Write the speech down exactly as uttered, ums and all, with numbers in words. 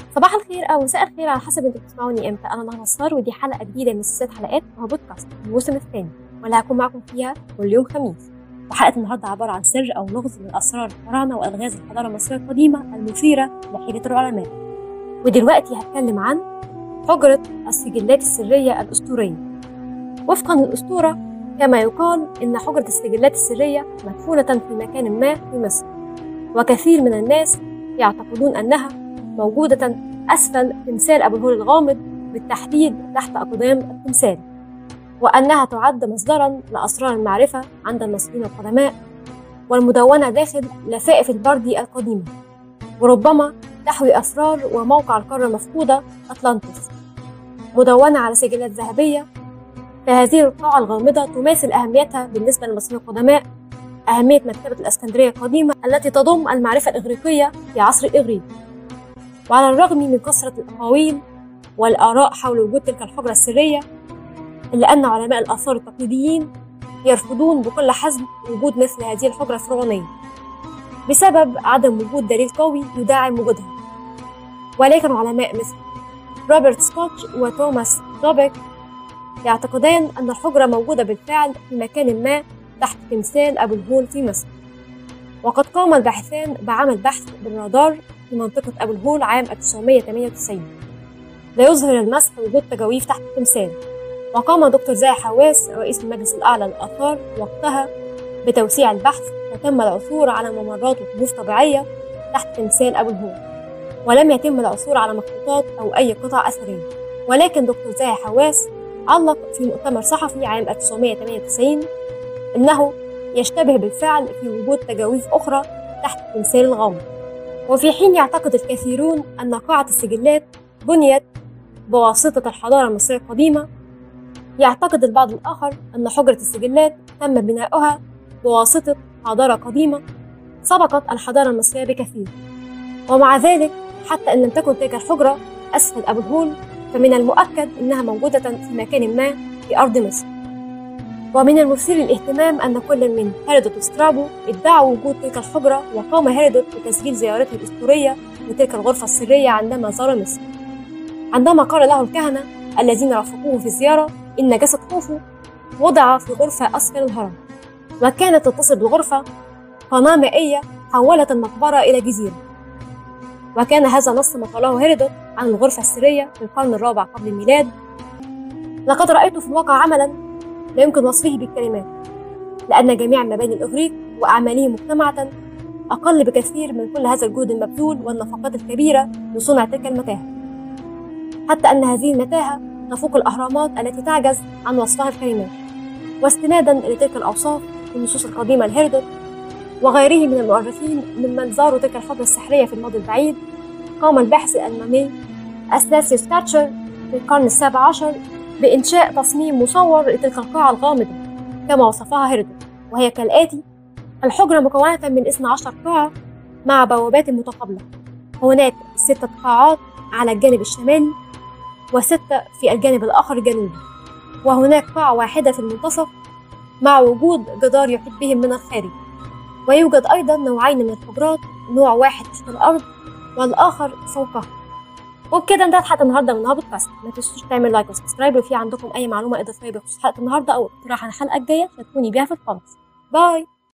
صباح الخير او مساء الخير على حسب انتوا بتسمعوني امتى. انا نهى نصار ودي حلقه جديده من سلسله حلقات وهو بودكاست الموسم الثاني، واللي هكون معاكم فيها كل يوم خميس. وحلقه النهارده عباره عن سر او لغز من اسرار الفراعنه والغاز الحضاره المصريه القديمه المثيره لحيره العلماء. ودلوقتي هتكلم عن حجره السجلات السريه الاسطوريه. وفقا للاسطوره كما يقال ان حجره السجلات السريه مدفونه في مكان ما في مصر، وكثير من الناس يعتقدون انها موجودة أسفل تمثال أبو الهول الغامض، بالتحديد تحت أقدام التمثال، وأنها تعد مصدراً لأسرار المعرفة عند المصريين القدماء، والمدونة داخل لفائف البردي القديمة، وربما تحوي أسرار وموقع القارة المفقودة أطلانتس، مدونة على سجلات ذهبية. فهذه القاعة الغامضة تماثل أهميتها بالنسبة للمصريين القدماء أهمية مكتبة الإسكندرية القديمة التي تضم المعرفة الإغريقية في عصر الإغريق. وعلى الرغم من كثرة الأقاويل والآراء حول وجود تلك الحجرة السرية، إلا أن علماء الآثار التقليديين يرفضون بكل حزم وجود مثل هذه الحجرة الفرعونية بسبب عدم وجود دليل قوي يدعم وجودها. ولكن علماء مثل روبرت سكوتش وتوماس دوبك يعتقدان أن الحجرة موجودة بالفعل في مكان ما تحت تمثال أبو الهول في مصر. وقد قام الباحثان بعمل بحث بالرادار في منطقة أبو الهول عام ألف وتسعمائة وثمانية وتسعين ليظهر المسح وجود تجاويف تحت التمثال. وقام دكتور زاهي حواس رئيس المجلس الأعلى للآثار وقتها بتوسيع البحث، وتم العثور على ممرات وكهوف طبيعية تحت تمثال أبو الهول، ولم يتم العثور على مخطوطات أو أي قطع أثرية. ولكن دكتور زاهي حواس علق في مؤتمر صحفي عام ألف وتسعمائة وثمانية وتسعين أنه يشتبه بالفعل في وجود تجاويف أخرى تحت التمثال الغامض. وفي حين يعتقد الكثيرون أن قاعة السجلات بنيت بواسطة الحضارة المصرية القديمة، يعتقد البعض الآخر أن حجرة السجلات تم بناؤها بواسطة حضارة قديمة سبقت الحضارة المصرية بكثير. ومع ذلك حتى إن لم تكن تلك الحجرة أسفل أبو الهول، فمن المؤكد أنها موجودة في مكان ما في أرض مصر. ومن المثير للاهتمام أن كل من هيرودوت وسترابو ادعوا وجود تلك الحجرة، وقام هيرودوت بتسجيل زيارته الأسطورية لتلك الغرفة السرية عندما زار مصر، عندما قال له الكهنة الذين رافقوه في الزيارة إن جسد خوفو وضع في غرفة أسفل الهرم، وكانت تتصل بالغرفة قناة مائية حولت المقبرة إلى جزيرة. وكان هذا نص ما قاله هيرودوت عن الغرفة السرية في القرن الرابع قبل الميلاد. لقد رأيت في الواقع عملا لا يمكن وصفه بالكلمات، لأن جميع مباني الإغريق وأعمالهم مجتمعة أقل بكثير من كل هذا الجهد المبذول والنفقات الكبيرة لصنع تلك المتاهة، حتى أن هذه المتاهة تفوق الأهرامات التي تعجز عن وصفها الكلمات. واستنادا لتلك الأوصاف في النصوص القديمة لهيرودوت وغيره من المؤرخين ممن زاروا تلك الحجرة السحرية في الماضي البعيد، قام الباحث الألماني أستاسيوس كاتشر في القرن السابع عشر بإنشاء تصميم مصور لتلك القاعة الغامضة كما وصفها هيرودوت، وهي كالآتي: الحجرة مكونة من اثنتي عشرة قاعة مع بوابات متقابلة، هناك ستة قاعات على الجانب الشمالي وستة في الجانب الآخر الجنوبي، وهناك قاعة واحدة في المنتصف مع وجود جدار يحيط بهم من الخارج. ويوجد أيضا نوعين من الحجرات، نوع واحد تحت الأرض والآخر فوقها. وبكده انتهت حلقة النهارده من بودكاست. ما تنسوش تعملوا لايك وسبسكرايب، لو في عندكم أي معلومة إضافية بخصوص حلقة النهارده أو اقتراح عن الحلقة الجاية شاركوني بيها في الكومنتس. باي.